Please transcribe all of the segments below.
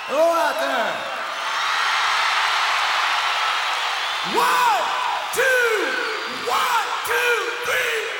Hello out there. 1, 2, 1, 2, 3,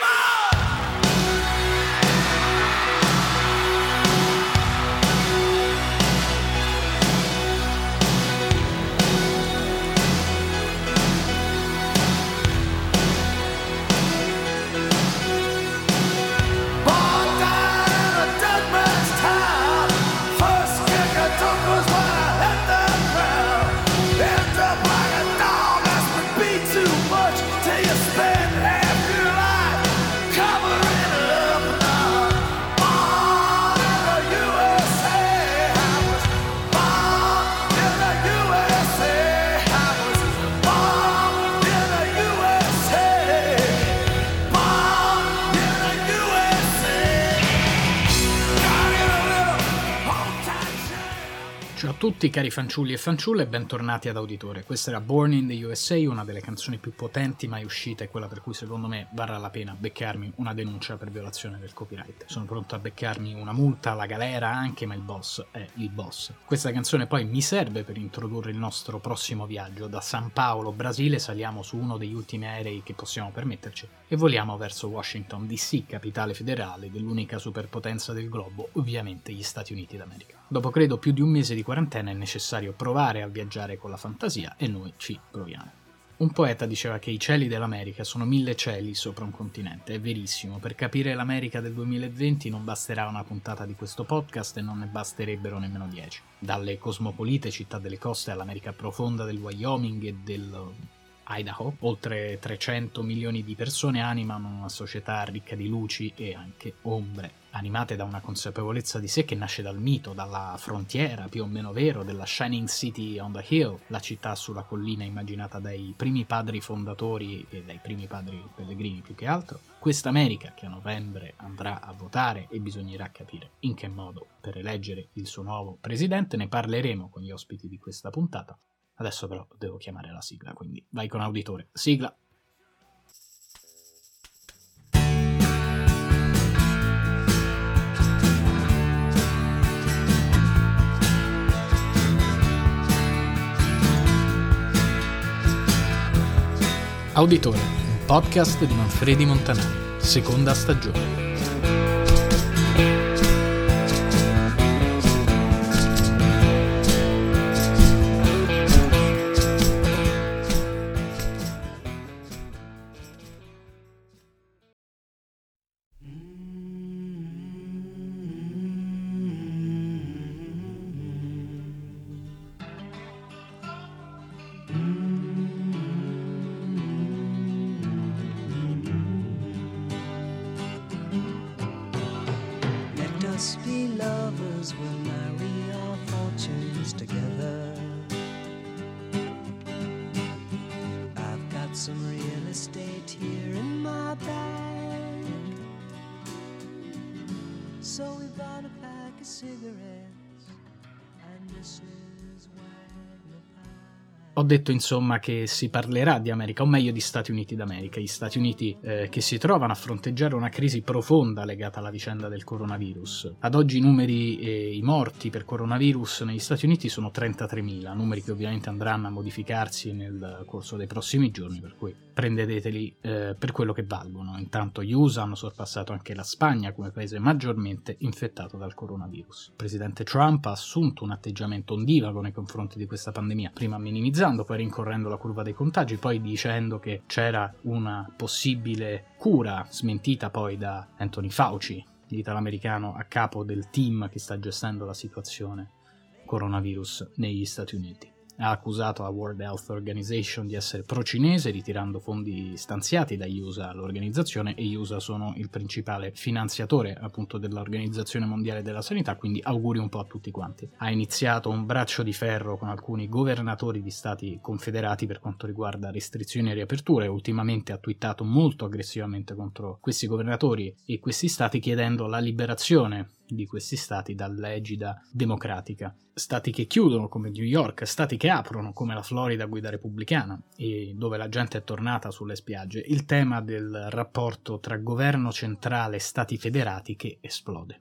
Ciao a tutti cari fanciulli e fanciulle e bentornati ad Auditore. Questa era Born in the USA, una delle canzoni più potenti mai uscite e quella per cui secondo me varrà la pena beccarmi una denuncia per violazione del copyright. Sono pronto a beccarmi una multa, la galera anche, ma il boss è il boss. Questa canzone poi mi serve per introdurre il nostro prossimo viaggio. Da San Paolo, Brasile, saliamo su uno degli ultimi aerei che possiamo permetterci e voliamo verso Washington DC, capitale federale dell'unica superpotenza del globo, ovviamente gli Stati Uniti d'America. Dopo credo più di un mese di quarantena è necessario provare a viaggiare con la fantasia e noi ci proviamo. Un poeta diceva che i cieli dell'America sono 1000 cieli sopra un continente, è verissimo, per capire l'America del 2020 non basterà una puntata di questo podcast e non ne basterebbero nemmeno 10. Dalle cosmopolite città delle coste all'America profonda del Wyoming e del Idaho, oltre 300 milioni di persone animano una società ricca di luci e anche ombre, animate da una consapevolezza di sé che nasce dal mito, dalla frontiera più o meno vero della Shining City on the Hill, la città sulla collina immaginata dai primi padri fondatori e dai primi padri pellegrini più che altro. Questa America che a novembre andrà a votare e bisognerà capire in che modo per eleggere il suo nuovo presidente, ne parleremo con gli ospiti di questa puntata. Adesso però devo chiamare la sigla, quindi vai con Auditore. Sigla! Auditore, un podcast di Manfredi Montanari, seconda stagione. Us be lovers, we'll marry our fortunes together. I've got some real estate here in my bag, so we bought a pack of cigarettes, and this is Wagner Pie. Ho detto insomma che si parlerà di America, o meglio di Stati Uniti d'America, gli Stati Uniti che si trovano a fronteggiare una crisi profonda legata alla vicenda del coronavirus. Ad oggi i numeri e i morti per coronavirus negli Stati Uniti sono 33.000, numeri che ovviamente andranno a modificarsi nel corso dei prossimi giorni, per cui prendeteli per quello che valgono. Intanto gli USA hanno sorpassato anche la Spagna come paese maggiormente infettato dal coronavirus. Il presidente Trump ha assunto un atteggiamento ondivago nei confronti di questa pandemia, prima minimizzando, poi rincorrendo la curva dei contagi, poi dicendo che c'era una possibile cura, smentita poi da Anthony Fauci, l'italo-americano a capo del team che sta gestendo la situazione coronavirus negli Stati Uniti. Ha accusato la World Health Organization di essere pro-cinese, ritirando fondi stanziati dagli USA all'organizzazione, e gli USA sono il principale finanziatore appunto dell'Organizzazione Mondiale della Sanità, quindi auguri un po' a tutti quanti. Ha iniziato un braccio di ferro con alcuni governatori di stati confederati per quanto riguarda restrizioni e riaperture. Ultimamente ha twittato molto aggressivamente contro questi governatori e questi stati, chiedendo la liberazione di questi stati dall'egida democratica. Stati che chiudono come New York, stati che aprono come la Florida a guida repubblicana e dove la gente è tornata sulle spiagge. Il tema del rapporto tra governo centrale e stati federati che esplode.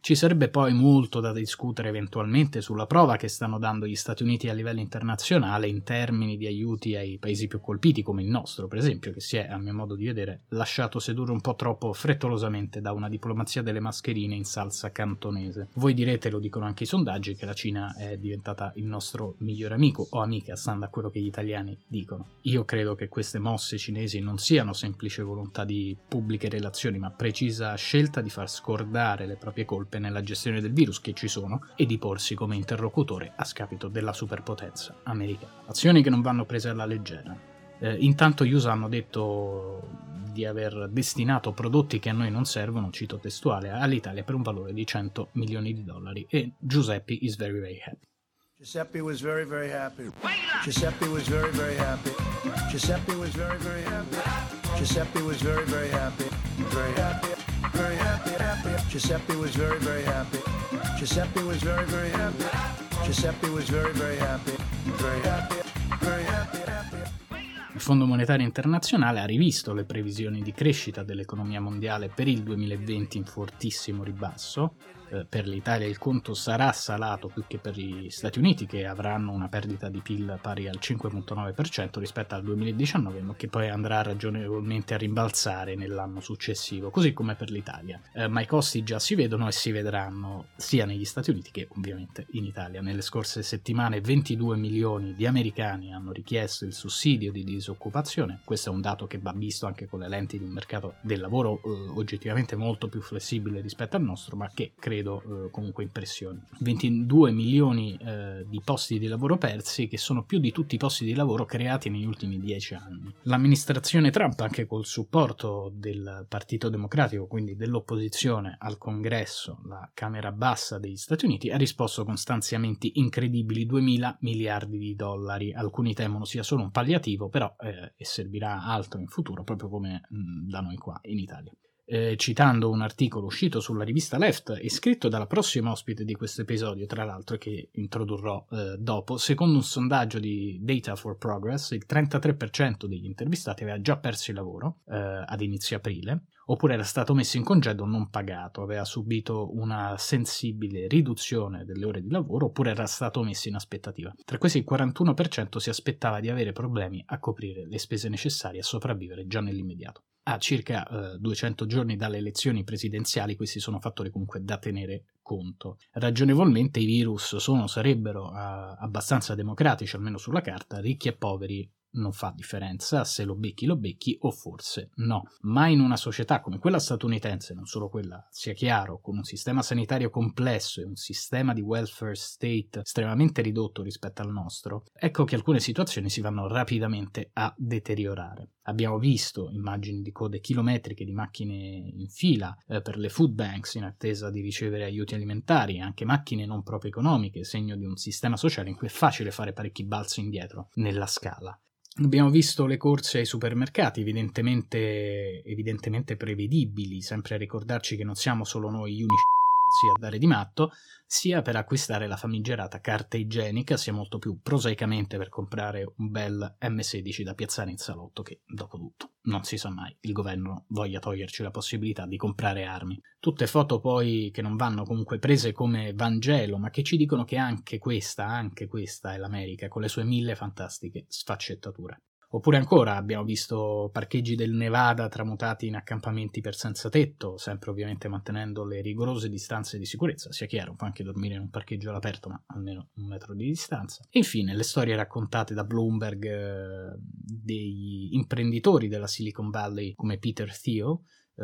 Ci sarebbe poi molto da discutere eventualmente sulla prova che stanno dando gli Stati Uniti a livello internazionale in termini di aiuti ai paesi più colpiti, come il nostro, per esempio, che si è, a mio modo di vedere, lasciato sedurre un po' troppo frettolosamente da una diplomazia delle mascherine in salsa cantonese. Voi direte, lo dicono anche i sondaggi, che la Cina è diventata il nostro migliore amico o amica, stando a quello che gli italiani dicono. Io credo che queste mosse cinesi non siano semplice volontà di pubbliche relazioni, ma precisa scelta di far scordare le proprie colpe nella gestione del virus, che ci sono, e di porsi come interlocutore a scapito della superpotenza americana. Azioni che non vanno prese alla leggera. Intanto gli USA hanno detto di aver destinato prodotti che a noi non servono, cito testuale, all'Italia per un valore di $100 milioni e Giuseppe is very very happy. Giuseppe was very, very happy. Giuseppe was very, very happy. Giuseppe was very, very happy. Giuseppe was very, very happy. Very happy. Very happy, happy. Giuseppe was very, very happy. Giuseppe was very, very happy. Giuseppe was very, very happy. Very happy. Very happy, happy. Il Fondo Monetario Internazionale ha rivisto le previsioni di crescita dell'economia mondiale per il 2020 in fortissimo ribasso. Per l'Italia il conto sarà salato più che per gli Stati Uniti, che avranno una perdita di PIL pari al 5,9% rispetto al 2019, ma che poi andrà ragionevolmente a rimbalzare nell'anno successivo, così come per l'Italia. Ma i costi già si vedono e si vedranno sia negli Stati Uniti che ovviamente in Italia. Nelle scorse settimane 22 milioni di americani hanno richiesto il sussidio di disoccupazione. Questo è un dato che va visto anche con le lenti di un mercato del lavoro oggettivamente molto più flessibile rispetto al nostro, ma che credo comunque impressioni. 22 milioni di posti di lavoro persi, che sono più di tutti i posti di lavoro creati negli ultimi 10 anni. L'amministrazione Trump, anche col supporto del Partito Democratico, quindi dell'opposizione al Congresso, la Camera Bassa degli Stati Uniti, ha risposto con stanziamenti incredibili, $2.000 miliardi. Alcuni temono sia solo un palliativo, però servirà altro in futuro, proprio come da noi qua in Italia. Citando un articolo uscito sulla rivista Left e scritto dalla prossima ospite di questo episodio, tra l'altro, che introdurrò dopo, secondo un sondaggio di Data for Progress, il 33% degli intervistati aveva già perso il lavoro ad inizio aprile, oppure era stato messo in congedo non pagato, aveva subito una sensibile riduzione delle ore di lavoro, oppure era stato messo in aspettativa. Tra questi il 41% si aspettava di avere problemi a coprire le spese necessarie a sopravvivere già nell'immediato. A circa 200 giorni dalle elezioni presidenziali questi sono fattori comunque da tenere conto. Ragionevolmente i virus sarebbero abbastanza democratici, almeno sulla carta, ricchi e poveri non fa differenza, se lo becchi o forse no. Ma in una società come quella statunitense, non solo quella, sia chiaro, con un sistema sanitario complesso e un sistema di welfare state estremamente ridotto rispetto al nostro, ecco che alcune situazioni si vanno rapidamente a deteriorare. Abbiamo visto immagini di code chilometriche di macchine in fila per le food banks in attesa di ricevere aiuti alimentari, anche macchine non proprio economiche, segno di un sistema sociale in cui è facile fare parecchi balzi indietro nella scala. Abbiamo visto le corse ai supermercati, evidentemente prevedibili, sempre a ricordarci che non siamo solo noi gli unici a dare di matto, sia per acquistare la famigerata carta igienica, sia molto più prosaicamente per comprare un bel M16 da piazzare in salotto, che dopo tutto non si sa mai il governo voglia toglierci la possibilità di comprare armi. Tutte foto poi che non vanno comunque prese come Vangelo, ma che ci dicono che anche questa è l'America, con le sue 1000 fantastiche sfaccettature. Oppure ancora abbiamo visto parcheggi del Nevada tramutati in accampamenti per senza tetto, sempre ovviamente mantenendo le rigorose distanze di sicurezza, sia chiaro, può anche dormire in un parcheggio all'aperto, ma almeno 1 metro di distanza. E infine le storie raccontate da Bloomberg degli imprenditori della Silicon Valley come Peter Thiel,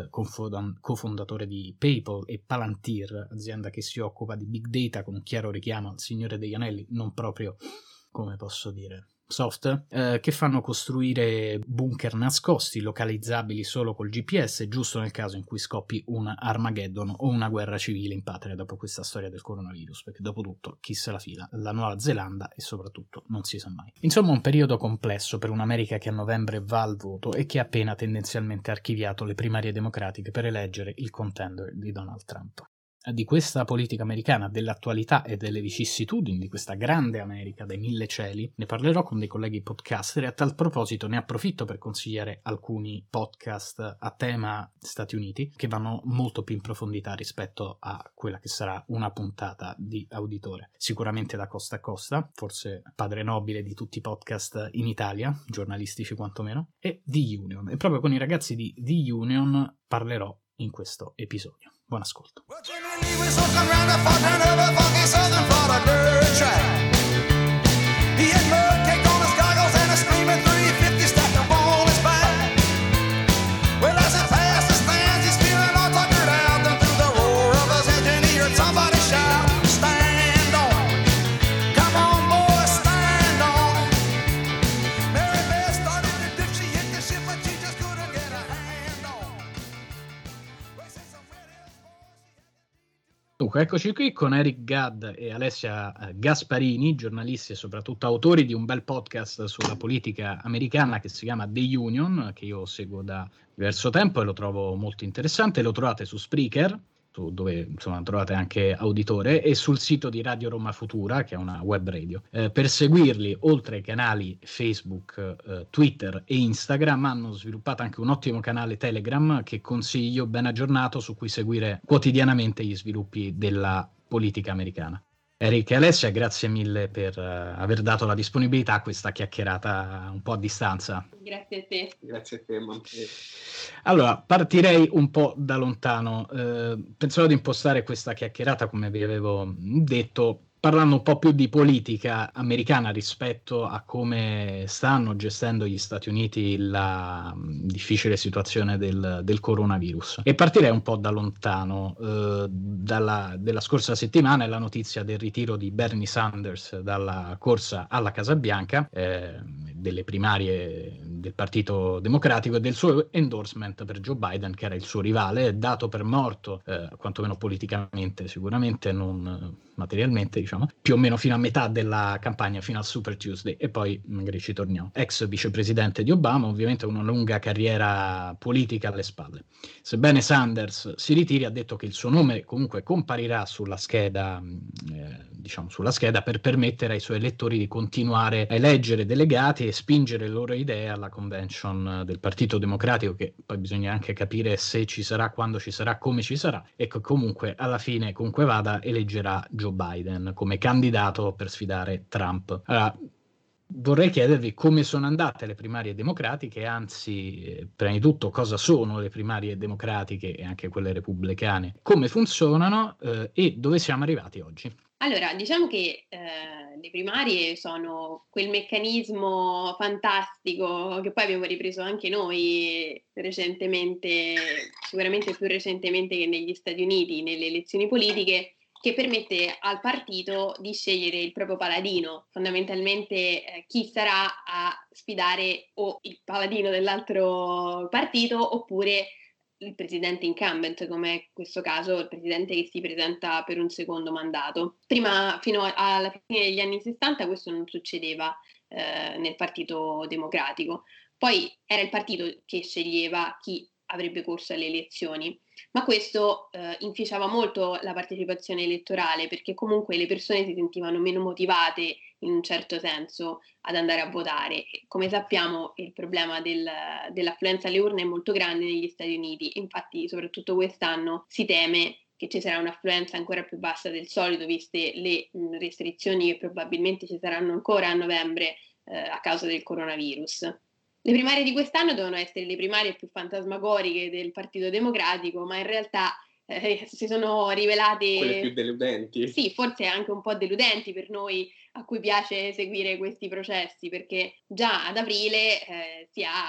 cofondatore di PayPal, e Palantir, azienda che si occupa di big data con un chiaro richiamo al Signore degli Anelli, non proprio, come posso dire, soft, che fanno costruire bunker nascosti localizzabili solo col GPS, giusto nel caso in cui scoppi un Armageddon o una guerra civile in patria dopo questa storia del coronavirus, perché dopo tutto chi se la fila? La Nuova Zelanda, e soprattutto non si sa mai. Insomma, un periodo complesso per un'America che a novembre va al voto e che ha appena tendenzialmente archiviato le primarie democratiche per eleggere il contender di Donald Trump. di questa politica americana, dell'attualità e delle vicissitudini di questa grande America dai mille cieli, ne parlerò con dei colleghi podcaster e a tal proposito ne approfitto per consigliare alcuni podcast a tema Stati Uniti che vanno molto più in profondità rispetto a quella che sarà una puntata di Auditore. Sicuramente da Costa a Costa, forse padre nobile di tutti i podcast in Italia, giornalistici quantomeno, e The Union. E proprio con i ragazzi di The Union parlerò in questo episodio. Buon ascolto. Well, Jimmy Lee was looking round the fucking of a funky southern Florida dirt track. He had mud caked on his goggles and a screaming 350 stacked up on his back. Well, as he passed the stands, he's feeling all tuckered out. Then through the roar of his engine, he heard somebody shout, "Stand on! Come on, boys, stand on!" Mary Beth started to dip, she hit the ship, but she just couldn't get a hand on. Dunque, eccoci qui con Eric Gadd e Alessia Gasparini, giornalisti e soprattutto autori di un bel podcast sulla politica americana che si chiama The Union, che io seguo da diverso tempo e lo trovo molto interessante. Lo trovate su Spreaker, dove insomma trovate anche Auditore, e sul sito di Radio Roma Futura, che è una web radio. Per seguirli, oltre ai canali Facebook, Twitter e Instagram, hanno sviluppato anche un ottimo canale Telegram che consiglio, ben aggiornato, su cui seguire quotidianamente gli sviluppi della politica americana. Eric e Alessia, grazie mille per aver dato la disponibilità a questa chiacchierata un po' a distanza. Grazie a te. Grazie a te, Manfredo. Allora, partirei un po' da lontano. Pensavo di impostare questa chiacchierata, come vi avevo detto, parlando un po' più di politica americana rispetto a come stanno gestendo gli Stati Uniti la difficile situazione del coronavirus. E partirei un po' da lontano. Della scorsa settimana è la notizia del ritiro di Bernie Sanders dalla corsa alla Casa Bianca, delle primarie del Partito Democratico e del suo endorsement per Joe Biden, che era il suo rivale, dato per morto, quantomeno politicamente, sicuramente non materialmente, diciamo, più o meno fino a metà della campagna, fino al Super Tuesday, e poi magari ci torniamo. Ex vicepresidente di Obama, ovviamente una lunga carriera politica alle spalle. Sebbene Sanders si ritiri, ha detto che il suo nome comunque comparirà sulla scheda, per permettere ai suoi elettori di continuare a eleggere delegati e spingere le loro idee alla convention del Partito Democratico, che poi bisogna anche capire se ci sarà, quando ci sarà, come ci sarà, e che comunque alla fine, comunque vada, eleggerà Joe Biden come candidato per sfidare Trump. Allora, vorrei chiedervi come sono andate le primarie democratiche, anzi, prima di tutto, cosa sono le primarie democratiche e anche quelle repubblicane, come funzionano e dove siamo arrivati oggi. Allora, diciamo che le primarie sono quel meccanismo fantastico che poi abbiamo ripreso anche noi recentemente, sicuramente più recentemente che negli Stati Uniti, nelle elezioni politiche, che permette al partito di scegliere il proprio paladino, fondamentalmente chi sarà a sfidare o il paladino dell'altro partito oppure il presidente incumbent, come è questo caso il presidente che si presenta per un secondo mandato. Prima, fino alla fine degli anni 60, questo non succedeva nel Partito Democratico. Poi era il partito che sceglieva chi avrebbe corso alle elezioni, ma questo inficiava molto la partecipazione elettorale, perché comunque le persone si sentivano meno motivate in un certo senso ad andare a votare. Come sappiamo, il problema dell'affluenza alle urne è molto grande negli Stati Uniti, infatti soprattutto quest'anno si teme che ci sarà un'affluenza ancora più bassa del solito, viste le restrizioni che probabilmente ci saranno ancora a novembre a causa del coronavirus. Le primarie di quest'anno devono essere le primarie più fantasmagoriche del Partito Democratico, ma in realtà si sono rivelate... Quelle più deludenti. Sì, forse anche un po' deludenti per noi a cui piace seguire questi processi, perché già ad aprile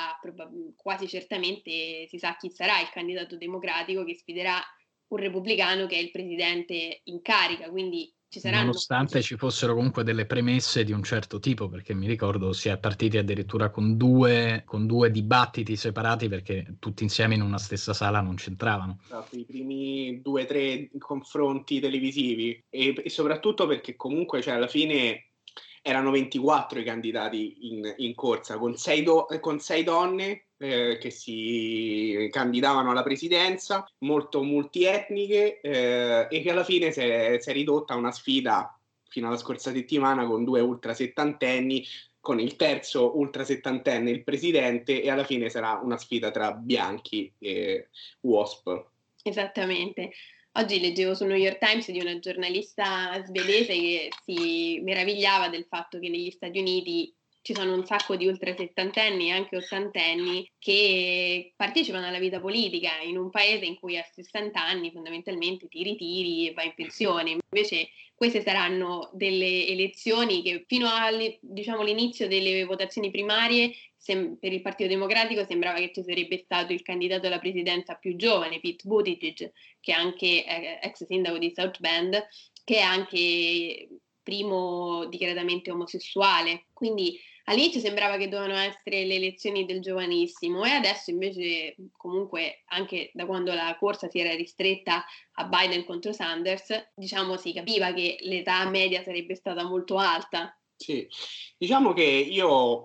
quasi certamente si sa chi sarà il candidato democratico che sfiderà un repubblicano che è il presidente in carica, quindi ci saranno... Nonostante ci fossero comunque delle premesse di un certo tipo, perché mi ricordo si è partiti addirittura con due dibattiti separati perché tutti insieme in una stessa sala non c'entravano. I primi 2 o 3 confronti televisivi e soprattutto perché comunque alla fine erano 24 i candidati in corsa, con 6 donne, che si candidavano alla presidenza, molto multietniche, e che alla fine si è ridotta a una sfida fino alla scorsa settimana con 2 ultra settantenni, con il terzo ultra settantenne il presidente, e alla fine sarà una sfida tra bianchi e WASP. Esattamente. Oggi leggevo sul New York Times di una giornalista svedese che si meravigliava del fatto che negli Stati Uniti ci sono un sacco di ultra settantenni e anche ottantenni che partecipano alla vita politica in un paese in cui a 60 anni fondamentalmente ti ritiri e vai in pensione. Invece queste saranno delle elezioni che fino all'inizio delle votazioni primarie per il Partito Democratico sembrava che ci sarebbe stato il candidato alla presidenza più giovane, Pete Buttigieg, che è anche ex sindaco di South Bend, che è anche primo dichiaratamente omosessuale. Quindi all'inizio sembrava che dovevano essere le elezioni del giovanissimo, e adesso invece comunque anche da quando la corsa si era ristretta a Biden contro Sanders, diciamo si capiva che l'età media sarebbe stata molto alta. Sì, diciamo che io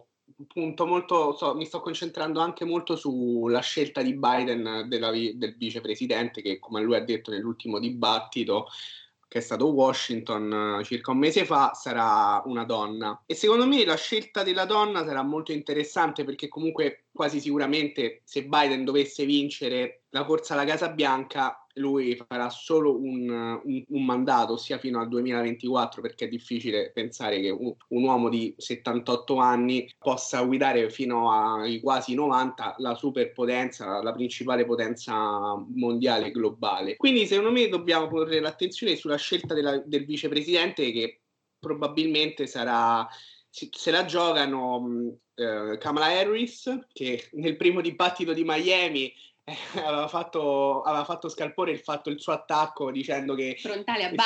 mi sto concentrando anche molto sulla scelta di Biden del vicepresidente, che come lui ha detto nell'ultimo dibattito, che è stato Washington circa un mese fa, sarà una donna. E secondo me la scelta della donna sarà molto interessante, perché comunque quasi sicuramente se Biden dovesse vincere la corsa alla Casa Bianca, lui farà solo un mandato, ossia fino al 2024, perché è difficile pensare che un uomo di 78 anni possa guidare fino ai quasi 90 la superpotenza, la principale potenza mondiale globale. Quindi secondo me dobbiamo porre l'attenzione sulla scelta del vicepresidente, che probabilmente sarà, se la giocano Kamala Harris, che nel primo dibattito di Miami aveva fatto scalpore il suo attacco dicendo che frontale a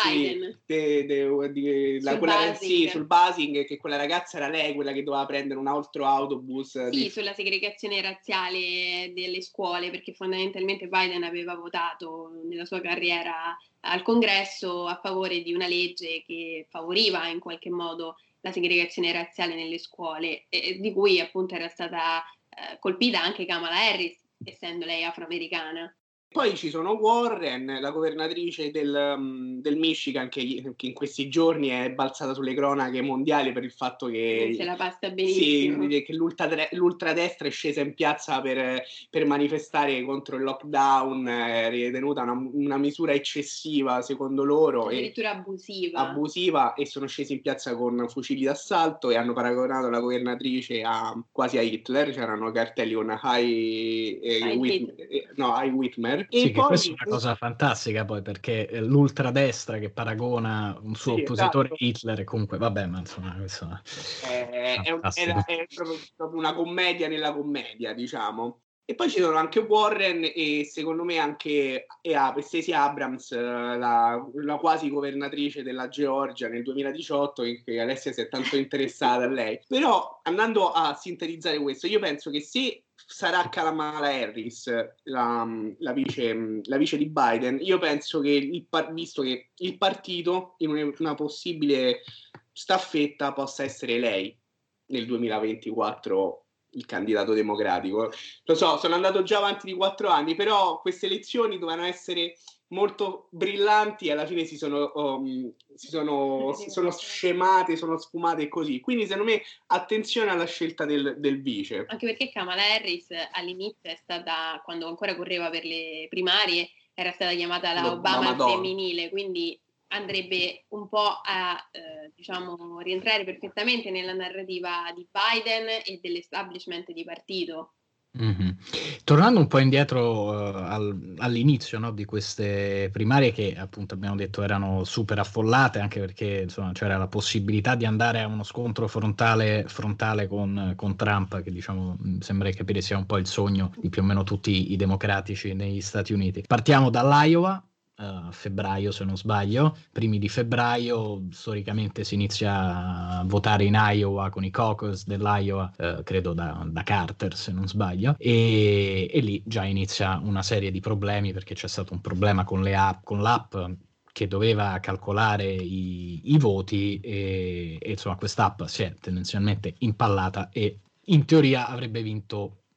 Biden sul basing, che quella ragazza era lei quella che doveva prendere un altro autobus. Sulla segregazione razziale delle scuole, perché fondamentalmente Biden aveva votato nella sua carriera al Congresso a favore di una legge che favoriva in qualche modo la segregazione razziale nelle scuole, di cui appunto era stata colpita anche Kamala Harris, essendo lei afroamericana. Poi ci sono Warren, la governatrice del Michigan, che in questi giorni è balzata sulle cronache mondiali per il fatto che se la passa benissimo. Sì, che l'ultradestra è scesa in piazza per manifestare contro il lockdown, ritenuta una misura eccessiva secondo loro, addirittura abusiva, e sono scesi in piazza con fucili d'assalto e hanno paragonato la governatrice quasi a Hitler. C'erano cartelli con Heil Whitmer. Sì, che questa è una cosa fantastica poi, perché l'ultradestra che paragona un suo oppositore, esatto, Hitler, comunque vabbè, ma insomma questo è proprio una commedia nella commedia, diciamo. E poi ci sono anche Warren e secondo me anche Stacey Abrams, la quasi governatrice della Georgia nel 2018, che Alessia si è tanto interessata a lei. Però andando a sintetizzare questo, io penso che se sarà Kamala Harris la vice di Biden, io penso che visto che il partito in una possibile staffetta possa essere lei nel 2024 il candidato democratico. Lo so, sono andato già avanti di 4 anni, però queste elezioni dovevano essere molto brillanti e alla fine si sono scemate, sono sfumate così. Quindi secondo me attenzione alla scelta del vice. Anche perché Kamala Harris all'inizio è stata, quando ancora correva per le primarie, era stata chiamata la Obama femminile, quindi andrebbe un po' a rientrare perfettamente nella narrativa di Biden e dell'establishment di partito. Mm-hmm. Tornando un po' indietro all'inizio, no, di queste primarie, che appunto abbiamo detto erano super affollate, anche perché insomma c'era la possibilità di andare a uno scontro frontale con Trump, che diciamo sembra capire sia un po' il sogno di più o meno tutti i democratici negli Stati Uniti. Partiamo dall'Iowa. Febbraio, se non sbaglio, primi di febbraio storicamente si inizia a votare in Iowa con i caucus dell'Iowa, credo da Carter, se non sbaglio, e lì già inizia una serie di problemi, perché c'è stato un problema con l'app che doveva calcolare i voti e insomma quest'app si è tendenzialmente impallata e in teoria avrebbe vinto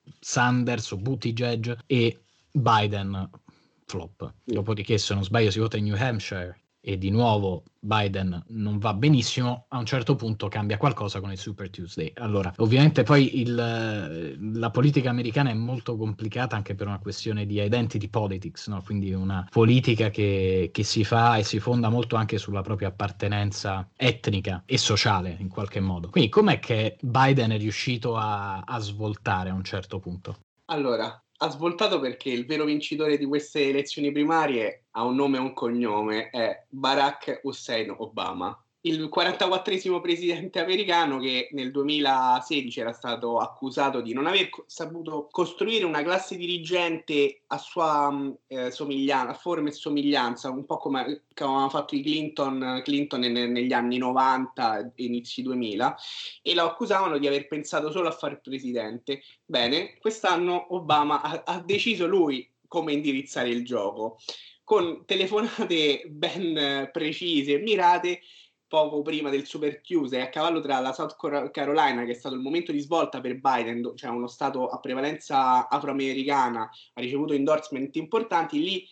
Sanders o Buttigieg, e Biden flop. Dopodiché, se non sbaglio, si vota in New Hampshire e di nuovo Biden non va benissimo. A un certo punto cambia qualcosa con il Super Tuesday. Allora, ovviamente poi la politica americana è molto complicata anche per una questione di identity politics, no? Quindi una politica che si fa e si fonda molto anche sulla propria appartenenza etnica e sociale in qualche modo. Quindi com'è che Biden è riuscito a svoltare a un certo punto? Allora, ha svoltato perché il vero vincitore di queste elezioni primarie ha un nome e un cognome, è Barack Hussein Obama, il 44esimo presidente americano che nel 2016 era stato accusato di non aver saputo costruire una classe dirigente a sua a forma e somiglianza, un po' come avevano fatto i Clinton negli anni 90 e inizi 2000, e lo accusavano di aver pensato solo a fare presidente. Bene, quest'anno Obama ha deciso lui come indirizzare il gioco, con telefonate ben precise e mirate. Poco prima del Super Tuesday, a cavallo tra la South Carolina, che è stato il momento di svolta per Biden, cioè uno stato a prevalenza afroamericana, ha ricevuto endorsement importanti, lì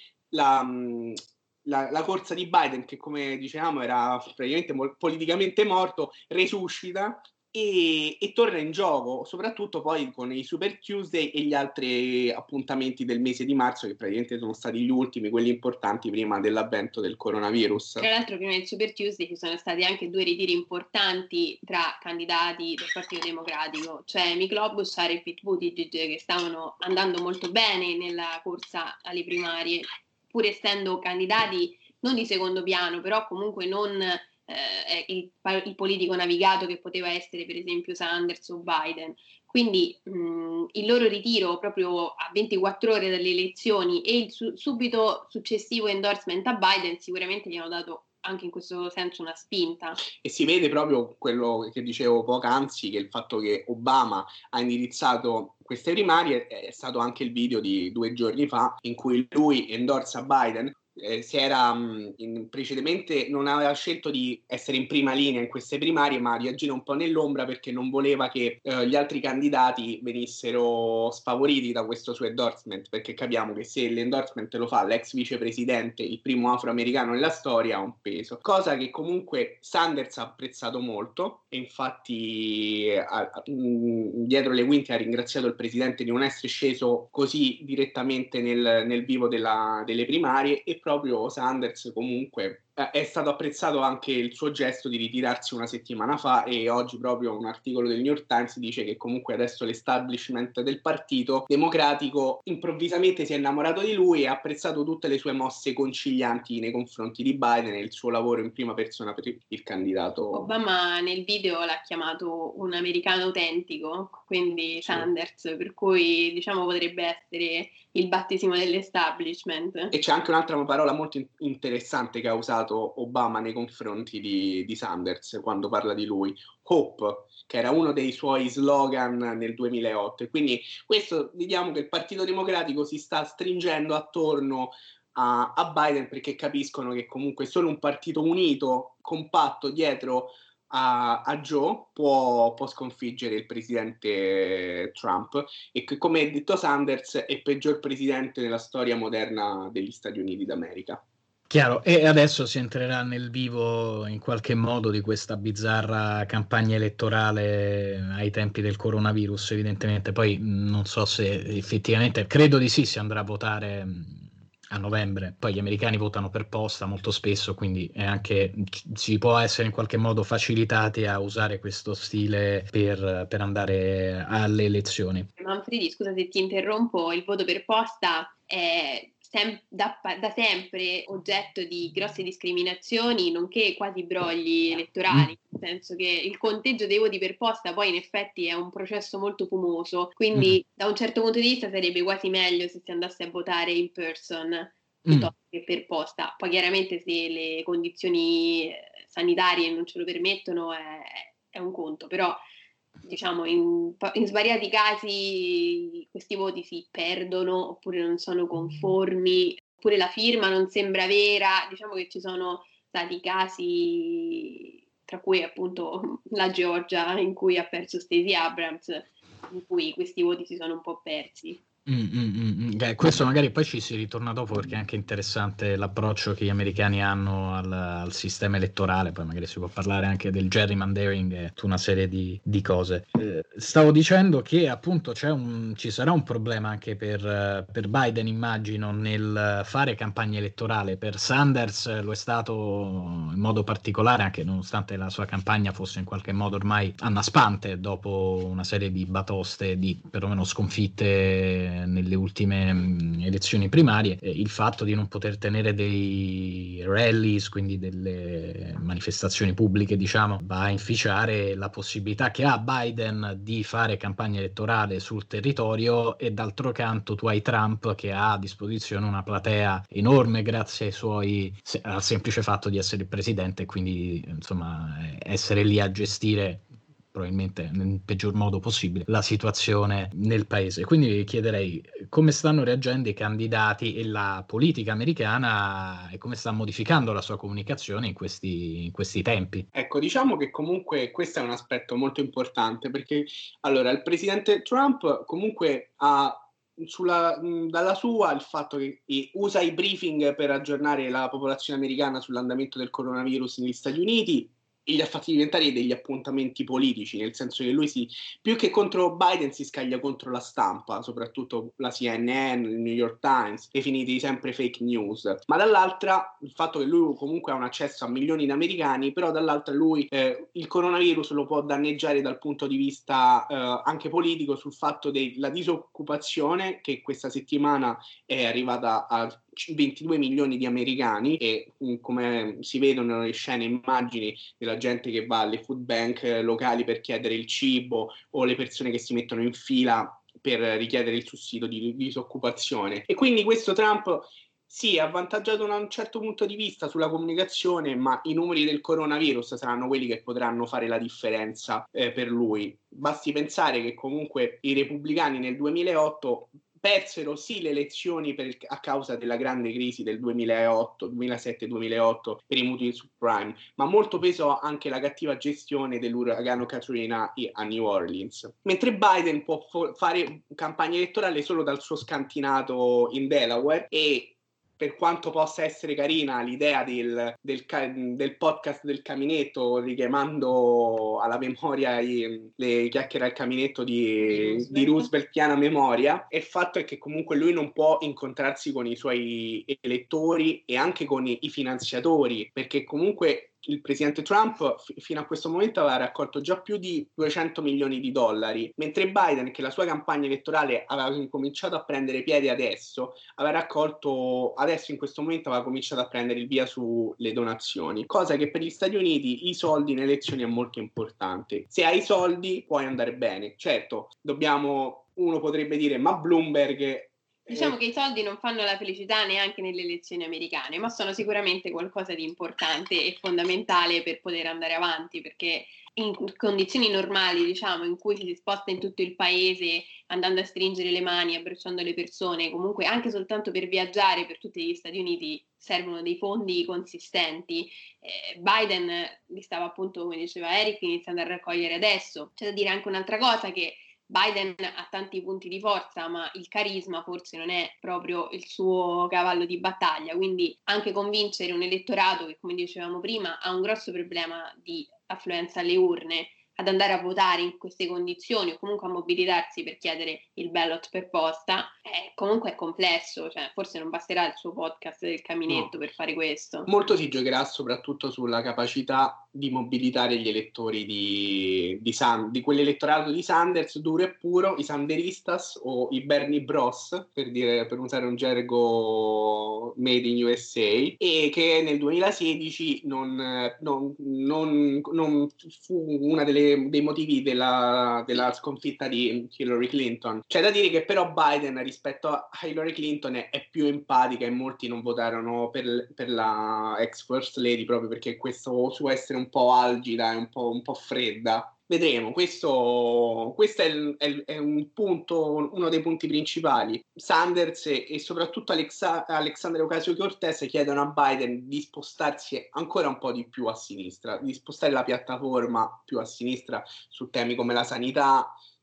la corsa di Biden, che come dicevamo era praticamente politicamente morto, resuscita e torna in gioco, soprattutto poi con i Super Tuesday e gli altri appuntamenti del mese di marzo, che praticamente sono stati gli ultimi, quelli importanti prima dell'avvento del coronavirus. Tra l'altro prima del Super Tuesday ci sono stati anche 2 ritiri importanti tra candidati del Partito Democratico, cioè Amy Klobuchar e Pete Buttigieg, che stavano andando molto bene nella corsa alle primarie, pur essendo candidati non di secondo piano, però comunque non il politico navigato che poteva essere per esempio Sanders o Biden. Quindi il loro ritiro proprio a 24 ore dalle elezioni e il subito successivo endorsement a Biden sicuramente gli hanno dato anche in questo senso una spinta. E si vede proprio quello che dicevo poc'anzi, che il fatto che Obama ha indirizzato queste primarie è stato anche il video di 2 giorni fa in cui lui endorsa Biden. Precedentemente non aveva scelto di essere in prima linea in queste primarie, ma di agire un po' nell'ombra perché non voleva che gli altri candidati venissero sfavoriti da questo suo endorsement, perché capiamo che se l'endorsement lo fa l'ex vicepresidente, il primo afroamericano nella storia, ha un peso, cosa che comunque Sanders ha apprezzato molto, e infatti dietro le quinte ha ringraziato il presidente di non essere sceso così direttamente nel vivo delle primarie, e proprio Sanders comunque è stato apprezzato anche il suo gesto di ritirarsi una settimana fa, e oggi proprio un articolo del New York Times dice che comunque adesso l'establishment del Partito Democratico improvvisamente si è innamorato di lui e ha apprezzato tutte le sue mosse concilianti nei confronti di Biden e il suo lavoro in prima persona per il candidato. Obama nel video l'ha chiamato un americano autentico, quindi sì. Sanders, per cui diciamo potrebbe essere il battesimo dell'establishment. E c'è anche un'altra parola molto interessante che ha usato Obama nei confronti di Sanders quando parla di lui, hope, che era uno dei suoi slogan nel 2008. E quindi questo, vediamo che il Partito Democratico si sta stringendo attorno a Biden, perché capiscono che comunque solo un partito unito, compatto dietro a Joe può sconfiggere il presidente Trump, e che, come ha detto Sanders, è il peggior presidente nella storia moderna degli Stati Uniti d'America. Chiaro, e adesso si entrerà nel vivo in qualche modo di questa bizzarra campagna elettorale ai tempi del coronavirus, evidentemente. Poi non so se effettivamente, credo di sì, si andrà a votare a novembre. Poi gli americani votano per posta molto spesso, quindi è anche, si può essere in qualche modo facilitati a usare questo stile per andare alle elezioni. Manfredi, scusa se ti interrompo, il voto per posta è da sempre oggetto di grosse discriminazioni, nonché quasi brogli elettorali, nel senso che il conteggio dei voti per posta poi in effetti è un processo molto fumoso, quindi da un certo punto di vista sarebbe quasi meglio se si andasse a votare in person piuttosto che per posta. Poi chiaramente se le condizioni sanitarie non ce lo permettono è un conto, però diciamo in svariati casi questi voti si perdono oppure non sono conformi, oppure la firma non sembra vera. Diciamo che ci sono stati casi, tra cui appunto la Georgia, in cui ha perso Stacey Abrams, in cui questi voti si sono un po' persi. Questo magari poi ci si ritorna dopo, perché è anche interessante l'approccio che gli americani hanno al sistema elettorale. Poi magari si può parlare anche del gerrymandering e tutta una serie di cose. Stavo dicendo che appunto ci sarà un problema anche per Biden, immagino, nel fare campagna elettorale. Per Sanders lo è stato in modo particolare, anche nonostante la sua campagna fosse in qualche modo ormai annaspante dopo una serie di batoste, di perlomeno sconfitte nelle ultime elezioni primarie, il fatto di non poter tenere dei rallies, quindi delle manifestazioni pubbliche, diciamo, va a inficiare la possibilità che ha Biden di fare campagna elettorale sul territorio, e d'altro canto tu hai Trump che ha a disposizione una platea enorme grazie al semplice fatto di essere il presidente, e quindi insomma essere lì a gestire probabilmente nel peggior modo possibile la situazione nel paese. Quindi chiederei come stanno reagendo i candidati e la politica americana, e come sta modificando la sua comunicazione in questi tempi. Ecco, diciamo che comunque questo è un aspetto molto importante, perché allora il presidente Trump comunque ha dalla sua il fatto che usa i briefing per aggiornare la popolazione americana sull'andamento del coronavirus negli Stati Uniti, e li ha fatti diventare degli appuntamenti politici, nel senso che lui più che contro Biden si scaglia contro la stampa, soprattutto la CNN, il New York Times, definiti sempre fake news. Ma dall'altra il fatto che lui comunque ha un accesso a milioni di americani, però dall'altra lui il coronavirus lo può danneggiare dal punto di vista anche politico, sul fatto della disoccupazione, che questa settimana è arrivata a 22 milioni di americani, e come si vedono nelle scene, immagini della gente che va alle food bank locali per chiedere il cibo, o le persone che si mettono in fila per richiedere il sussidio di disoccupazione. E quindi questo Trump sì, è avvantaggiato da un certo punto di vista sulla comunicazione, ma i numeri del coronavirus saranno quelli che potranno fare la differenza per lui. Basti pensare che comunque i repubblicani nel 2008 persero sì le elezioni a causa della grande crisi del 2007-2008 per i mutui subprime, ma molto peso anche la cattiva gestione dell'uragano Katrina a New Orleans. Mentre Biden può fare campagna elettorale solo dal suo scantinato in Delaware, e per quanto possa essere carina l'idea del podcast del caminetto, richiamando alla memoria le chiacchiere al caminetto di Rooseveltiana memoria, il fatto è che comunque lui non può incontrarsi con i suoi elettori e anche con i finanziatori, perché comunque il presidente Trump fino a questo momento aveva raccolto già più di 200 milioni di dollari, mentre Biden, che la sua campagna elettorale aveva cominciato a prendere piede adesso in questo momento aveva cominciato a prendere il via sulle donazioni, cosa che per gli Stati Uniti i soldi in elezioni è molto importante. Se hai i soldi puoi andare bene. Certo, uno potrebbe dire, ma Bloomberg... Diciamo che i soldi non fanno la felicità neanche nelle elezioni americane, ma sono sicuramente qualcosa di importante e fondamentale per poter andare avanti, perché in condizioni normali, diciamo, in cui si sposta in tutto il paese andando a stringere le mani, abbracciando le persone, comunque anche soltanto per viaggiare per tutti gli Stati Uniti servono dei fondi consistenti. Biden li stava appunto, come diceva Eric, iniziando a raccogliere adesso. C'è da dire anche un'altra cosa, che Biden ha tanti punti di forza, ma il carisma forse non è proprio il suo cavallo di battaglia, quindi anche convincere un elettorato che, come dicevamo prima, ha un grosso problema di affluenza alle urne, ad andare a votare in queste condizioni o comunque a mobilitarsi per chiedere il ballot per posta, comunque è complesso, cioè forse non basterà il suo podcast del caminetto per fare questo. Molto si giocherà soprattutto sulla capacità di mobilitare gli elettori di quell'elettorato di Sanders duro e puro, i sanderistas o i Bernie Bros, per usare un gergo made in USA, e che nel 2016 non fu una dei motivi della sconfitta di Hillary Clinton. C'è da dire che però Biden rispetto a Hillary Clinton è più empatica, e molti non votarono per la ex First Lady proprio perché questo suo essere un po' algida e un po' fredda. Vedremo, questo è un punto, uno dei punti principali. Sanders e soprattutto Alexandria Ocasio-Cortez chiedono a Biden di spostarsi ancora un po' di più a sinistra, di spostare la piattaforma più a sinistra su temi come la sanità,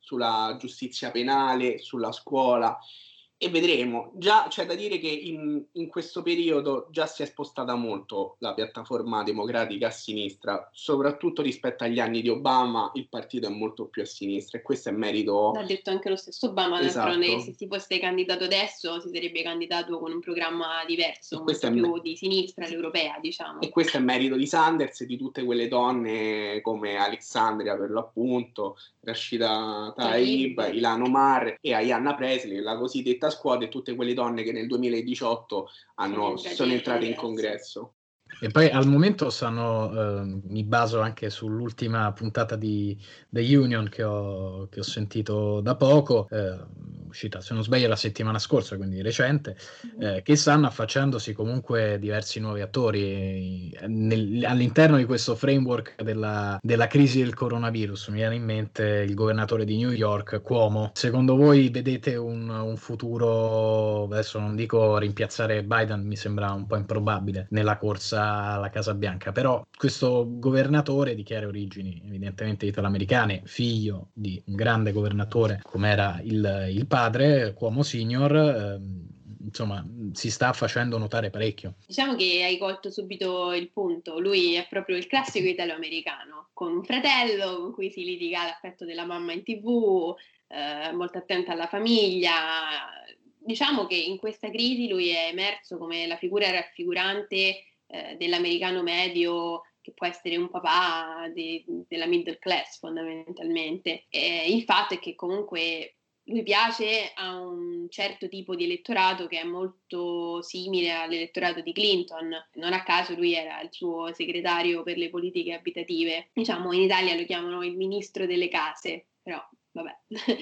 sulla giustizia penale, sulla scuola, e vedremo. Già c'è da dire che in questo periodo già si è spostata molto la piattaforma democratica a sinistra, soprattutto rispetto agli anni di Obama. Il partito è molto più a sinistra e questo è merito... L'ha detto anche lo stesso Obama, Esatto. d'altronde, che se si fosse candidato adesso si sarebbe candidato con un programma diverso, questo molto è più di sinistra, l'europea, diciamo. E questo è merito di Sanders e di tutte quelle donne come Alexandria, per l'appunto, Rashida Tlaib, Ilhan Omar e Ayanna Pressley, la cosiddetta squad, e tutte quelle donne che nel 2018 sono entrate in congresso. E poi al momento mi baso anche sull'ultima puntata di The Union che ho sentito da poco, uscita se non sbaglio la settimana scorsa, quindi recente, che stanno affacciandosi comunque diversi nuovi attori all'interno di questo framework della crisi del coronavirus. Mi viene in mente il governatore di New York, Cuomo. Secondo voi vedete un futuro, adesso non dico rimpiazzare Biden, mi sembra un po' improbabile nella corsa alla Casa Bianca, però questo governatore di chiare origini evidentemente italoamericane, figlio di un grande governatore come era il padre, Cuomo Senior, insomma si sta facendo notare parecchio. Diciamo che hai colto subito il punto. Lui è proprio il classico italo-americano, con un fratello con cui si litiga all'affetto della mamma in TV, molto attento alla famiglia. Diciamo che in questa crisi lui è emerso come la figura raffigurante dell'americano medio, che può essere un papà della middle class fondamentalmente. Il fatto è che comunque lui piace a un certo tipo di elettorato che è molto simile all'elettorato di Clinton. Non a caso lui era il suo segretario per le politiche abitative. Diciamo, in Italia lo chiamano il ministro delle case, però vabbè.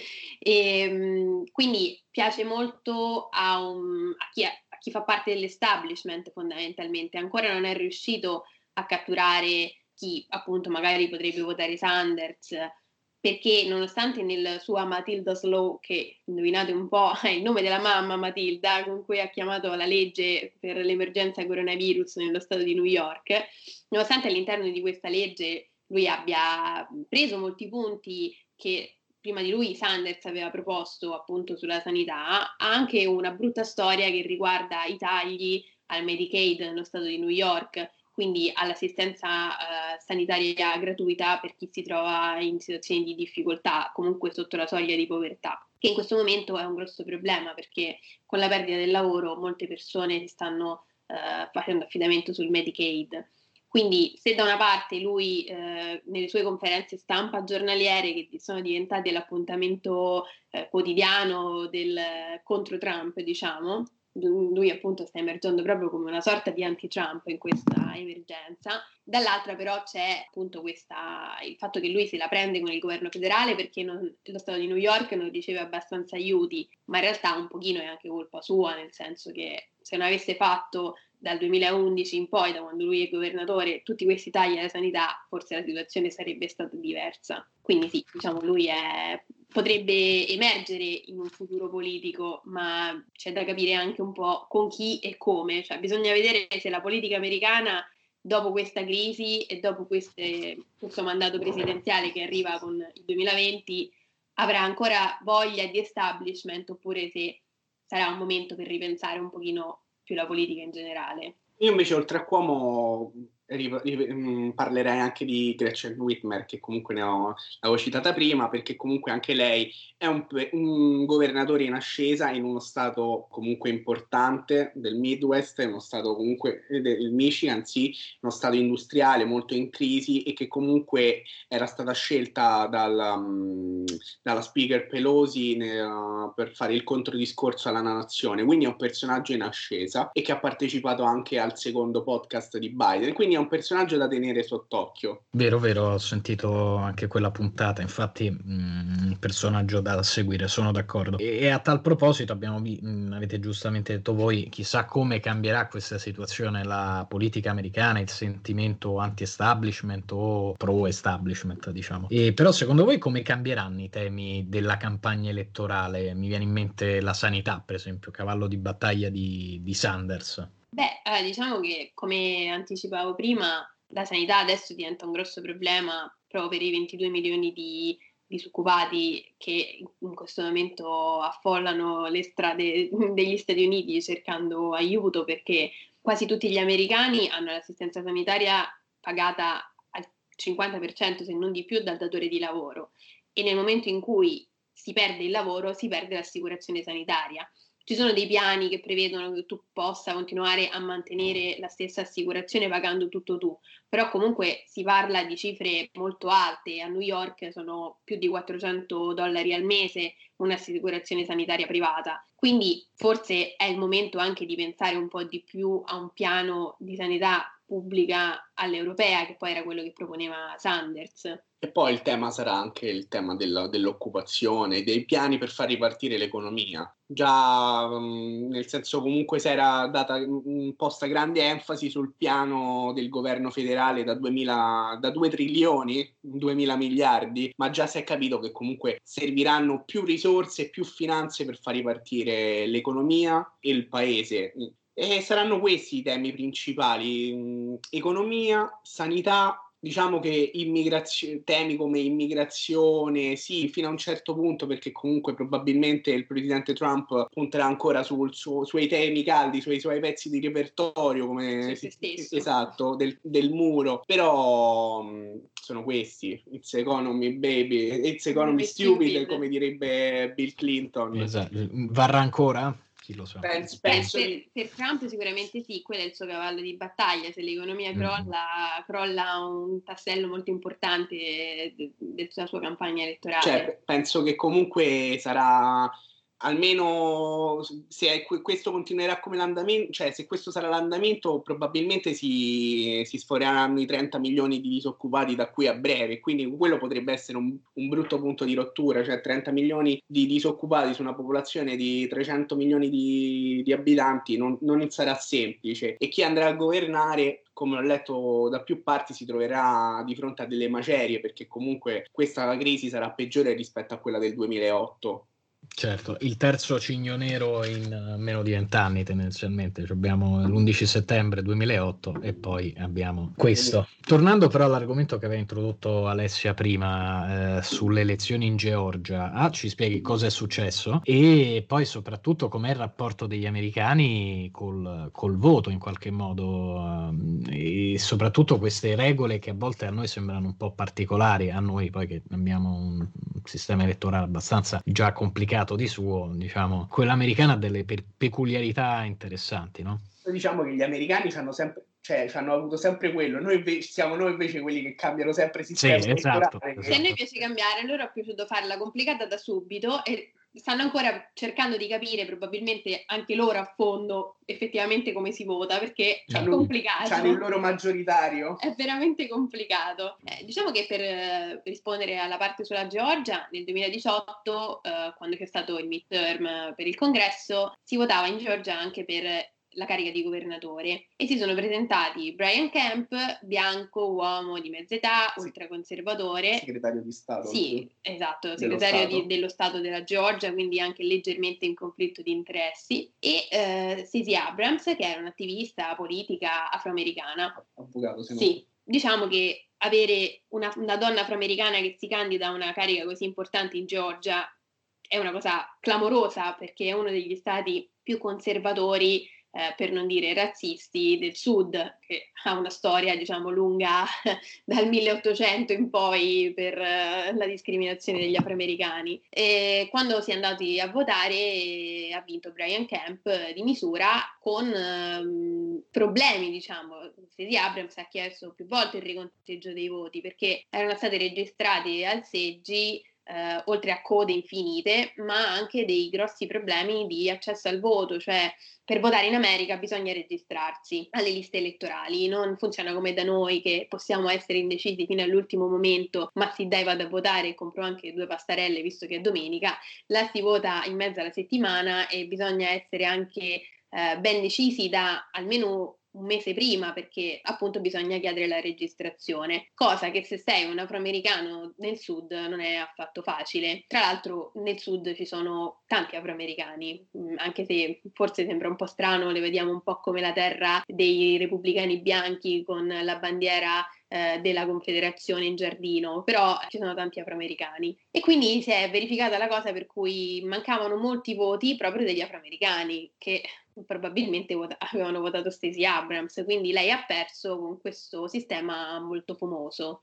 Quindi piace molto a chi fa parte dell'establishment fondamentalmente. Ancora non è riuscito a catturare chi appunto magari potrebbe votare Sanders, perché nonostante nel suo Matilda's Law, che indovinate un po' è il nome della mamma Matilda, con cui ha chiamato la legge per l'emergenza coronavirus nello stato di New York, nonostante all'interno di questa legge lui abbia preso molti punti che prima di lui Sanders aveva proposto appunto sulla sanità, ha anche una brutta storia che riguarda i tagli al Medicaid nello stato di New York, quindi all'assistenza sanitaria gratuita per chi si trova in situazioni di difficoltà, comunque sotto la soglia di povertà, che in questo momento è un grosso problema perché con la perdita del lavoro molte persone si stanno facendo affidamento sul Medicaid. Quindi se da una parte lui nelle sue conferenze stampa giornaliere, che sono diventate l'appuntamento quotidiano contro Trump, diciamo, lui appunto sta emergendo proprio come una sorta di anti-Trump in questa emergenza, dall'altra però c'è appunto il fatto che lui se la prende con il governo federale perché lo Stato di New York non riceve abbastanza aiuti, ma in realtà un pochino è anche colpa sua, nel senso che se non avesse fatto dal 2011 in poi, da quando lui è governatore, tutti questi tagli alla sanità, forse la situazione sarebbe stata diversa. Quindi sì, diciamo lui potrebbe emergere in un futuro politico, ma c'è da capire anche un po' con chi e come. Cioè bisogna vedere se la politica americana, dopo questa crisi e dopo questo mandato presidenziale che arriva con il 2020, avrà ancora voglia di establishment oppure se sarà un momento per ripensare un pochino più la politica in generale. Io invece oltre a Cuomo parlerei anche di Gretchen Whitmer, che comunque l'avevo citata prima, perché comunque anche lei è un governatore in ascesa in uno stato comunque importante del Midwest, è uno stato comunque il Michigan, sì, uno stato industriale molto in crisi e che comunque era stata scelta dalla speaker Pelosi per fare il controdiscorso alla nazione, quindi è un personaggio in ascesa e che ha partecipato anche al secondo podcast di Biden, quindi è un personaggio da tenere sott'occhio. Vero, ho sentito anche quella puntata, infatti un personaggio da seguire, sono d'accordo. E a tal proposito avete giustamente detto voi, chissà come cambierà questa situazione, la politica americana, il sentimento anti-establishment o pro-establishment, diciamo. Però secondo voi come cambieranno i temi della campagna elettorale? Mi viene in mente la sanità, per esempio, cavallo di battaglia di Sanders. Diciamo che, come anticipavo prima, la sanità adesso diventa un grosso problema proprio per i 22 milioni di disoccupati che in questo momento affollano le strade degli Stati Uniti cercando aiuto, perché quasi tutti gli americani hanno l'assistenza sanitaria pagata al 50%, se non di più, dal datore di lavoro, e nel momento in cui si perde il lavoro si perde l'assicurazione sanitaria. Ci sono dei piani che prevedono che tu possa continuare a mantenere la stessa assicurazione pagando tutto tu, però comunque si parla di cifre molto alte. A New York sono più di $400 al mese un'assicurazione sanitaria privata, quindi forse è il momento anche di pensare un po' di più a un piano di sanità pubblica all'europea, che poi era quello che proponeva Sanders. E poi il tema sarà anche il tema dell'occupazione, dei piani per far ripartire l'economia. Già, nel senso, comunque si era data posta grande enfasi sul piano del governo federale da 2 trilioni, 2.000 miliardi, ma già si è capito che comunque serviranno più risorse e più finanze per far ripartire l'economia e il paese. E saranno questi i temi principali: economia, sanità. Diciamo che temi come immigrazione, sì, fino a un certo punto, perché comunque probabilmente il presidente Trump punterà ancora suoi temi caldi, sui suoi pezzi di repertorio, come esatto, del muro, però sono questi: it's economy baby, it's economy stupid, come direbbe Bill Clinton. Esatto. Varrà ancora? Chi lo sa. Penso per Trump sicuramente sì, quello è il suo cavallo di battaglia. Se l'economia crolla un tassello molto importante della sua campagna elettorale. Cioè, penso che comunque sarà, almeno se questo continuerà come l'andamento, cioè se questo sarà l'andamento, probabilmente si sforeranno i 30 milioni di disoccupati da qui a breve, quindi quello potrebbe essere un brutto punto di rottura, cioè 30 milioni di disoccupati su una popolazione di 300 milioni di abitanti non sarà semplice, e chi andrà a governare, come ho letto da più parti, si troverà di fronte a delle macerie, perché comunque questa crisi sarà peggiore rispetto a quella del 2008. Certo, il terzo cigno nero in meno di 20 anni tendenzialmente. Abbiamo l'11 settembre 2008 e poi abbiamo questo. Tornando però all'argomento che aveva introdotto Alessia prima, sulle elezioni in Georgia, ci spieghi cosa è successo e poi soprattutto com'è il rapporto degli americani col voto in qualche modo, e soprattutto queste regole che a volte a noi sembrano un po' particolari, a noi poi che abbiamo un sistema elettorale abbastanza già complicato di suo, diciamo, quella americana ha delle peculiarità interessanti, no? Diciamo che gli americani hanno avuto sempre quello, siamo noi invece quelli che cambiano sempre sistema elettorale. Se a noi piace cambiare, a loro è piaciuto farla complicata da subito e stanno ancora cercando di capire, probabilmente anche loro a fondo, effettivamente come si vota, perché è complicato. C'hanno il loro maggioritario. È veramente complicato. Diciamo che per rispondere alla parte sulla Georgia, nel 2018, quando c'è stato il midterm per il congresso, si votava in Georgia anche per la carica di governatore e si sono presentati Brian Kemp, bianco, uomo di mezza età, ultraconservatore, segretario di Stato. Sì, esatto, segretario dello Stato della Georgia, quindi anche leggermente in conflitto di interessi, e Stacey Abrams, che era un'attivista politica afroamericana. Avvocato, se no. Sì, diciamo che avere una donna afroamericana che si candida a una carica così importante in Georgia è una cosa clamorosa, perché è uno degli stati più conservatori, per non dire razzisti, del sud, che ha una storia, diciamo, lunga dal 1800 in poi per la discriminazione degli afroamericani. E quando si è andati a votare ha vinto Brian Kemp di misura, con problemi, diciamo. Stacey Abrams ha chiesto più volte il riconteggio dei voti perché erano stati registrati al seggi, oltre a code infinite, ma anche dei grossi problemi di accesso al voto, cioè per votare in America bisogna registrarsi alle liste elettorali, non funziona come da noi che possiamo essere indecisi fino all'ultimo momento, ma sì dai, vado a votare e compro anche 2 pastarelle visto che è domenica. Là si vota in mezzo alla settimana e bisogna essere anche ben decisi da almeno un mese prima, perché appunto bisogna chiedere la registrazione, cosa che se sei un afroamericano nel sud non è affatto facile. Tra l'altro nel sud ci sono tanti afroamericani, anche se forse sembra un po' strano, le vediamo un po' come la terra dei repubblicani bianchi con la bandiera della Confederazione in giardino, però ci sono tanti afroamericani e quindi si è verificata la cosa per cui mancavano molti voti proprio degli afroamericani che probabilmente avevano votato Stacey Abrams, quindi lei ha perso con questo sistema molto famoso.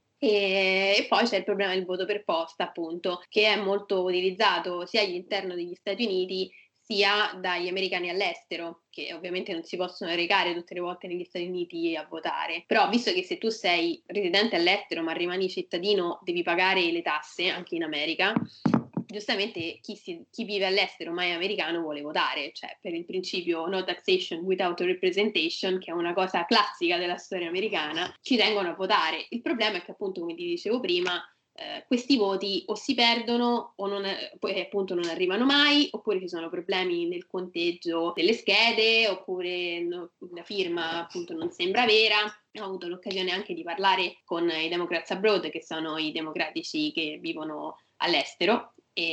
E poi c'è il problema del voto per posta, appunto, che è molto utilizzato sia all'interno degli Stati Uniti sia dagli americani all'estero, che ovviamente non si possono recare tutte le volte negli Stati Uniti a votare. Però visto che se tu sei residente all'estero ma rimani cittadino devi pagare le tasse anche in America, giustamente chi vive all'estero ma è americano vuole votare, cioè per il principio no taxation without a representation, che è una cosa classica della storia americana, ci tengono a votare. Il problema è che appunto, come ti dicevo prima, questi voti o si perdono o poi appunto non arrivano mai, oppure ci sono problemi nel conteggio delle schede, oppure la firma appunto non sembra vera. Ho avuto l'occasione anche di parlare con i Democrats Abroad, che sono i democratici che vivono all'estero,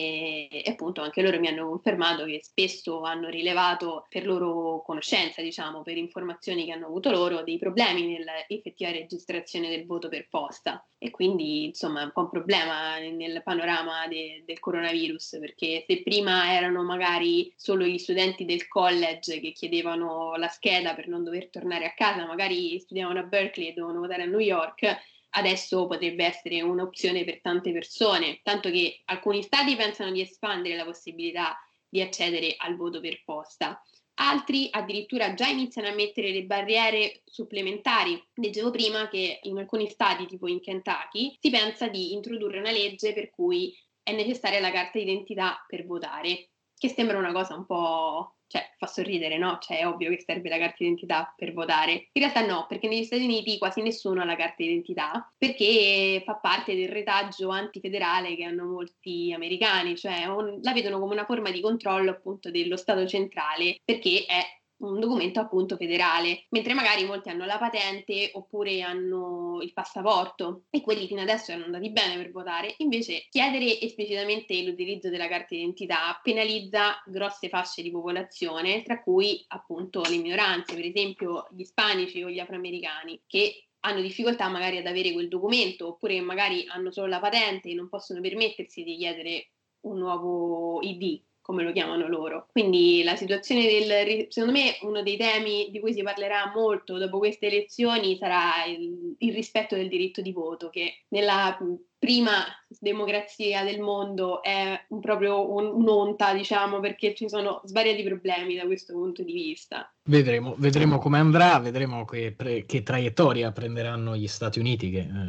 e appunto anche loro mi hanno confermato che spesso hanno rilevato per loro conoscenza, diciamo, per informazioni che hanno avuto loro, dei problemi nell'effettiva registrazione del voto per posta, e quindi insomma è un po' un problema nel panorama del coronavirus, perché se prima erano magari solo gli studenti del college che chiedevano la scheda per non dover tornare a casa, magari studiavano a Berkeley e dovevano votare a New York, adesso potrebbe essere un'opzione per tante persone, tanto che alcuni stati pensano di espandere la possibilità di accedere al voto per posta. Altri addirittura già iniziano a mettere le barriere supplementari. Leggevo prima che in alcuni stati, tipo in Kentucky, si pensa di introdurre una legge per cui è necessaria la carta d'identità per votare, che sembra una cosa un po'... cioè fa sorridere, no? Cioè è ovvio che serve la carta d'identità per votare. In realtà no, perché negli Stati Uniti quasi nessuno ha la carta d'identità, perché fa parte del retaggio antifederale che hanno molti americani, cioè la vedono come una forma di controllo appunto dello Stato centrale, perché è un documento appunto federale, mentre magari molti hanno la patente oppure hanno il passaporto, e quelli fino adesso erano andati bene per votare. Invece chiedere esplicitamente l'utilizzo della carta d'identità penalizza grosse fasce di popolazione, tra cui appunto le minoranze, per esempio gli ispanici o gli afroamericani, che hanno difficoltà magari ad avere quel documento, oppure magari hanno solo la patente e non possono permettersi di chiedere un nuovo ID, come lo chiamano loro. Quindi la situazione secondo me uno dei temi di cui si parlerà molto dopo queste elezioni sarà il rispetto del diritto di voto, che nella prima democrazia del mondo è proprio un'onta, diciamo, perché ci sono svariati problemi da questo punto di vista. Vedremo come andrà, vedremo che traiettoria prenderanno gli Stati Uniti,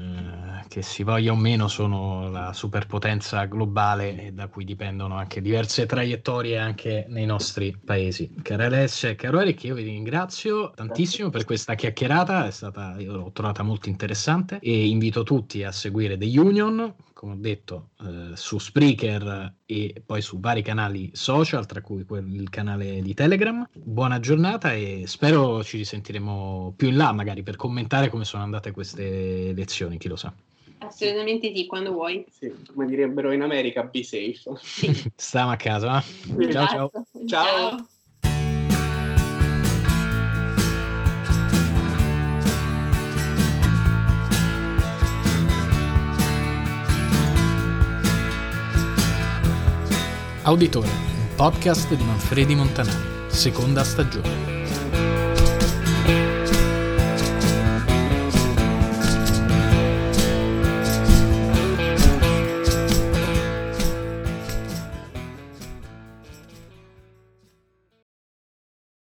che si voglia o meno sono la superpotenza globale e da cui dipendono anche diverse traiettorie anche nei nostri paesi. Cara Alessia e caro Eric, io vi ringrazio tantissimo per questa chiacchierata, io l'ho trovata molto interessante, e invito tutti a seguire The Union, come ho detto, su Spreaker e poi su vari canali social, tra cui il canale di Telegram. Buona giornata e spero ci risentiremo più in là, magari per commentare come sono andate queste elezioni, chi lo sa. Assolutamente sì, quando vuoi. Sì, come direbbero in America, be safe. Sì. Stiamo a casa. Ciao ciao. Ciao. Auditore, un podcast di Manfredi Montanari, seconda stagione.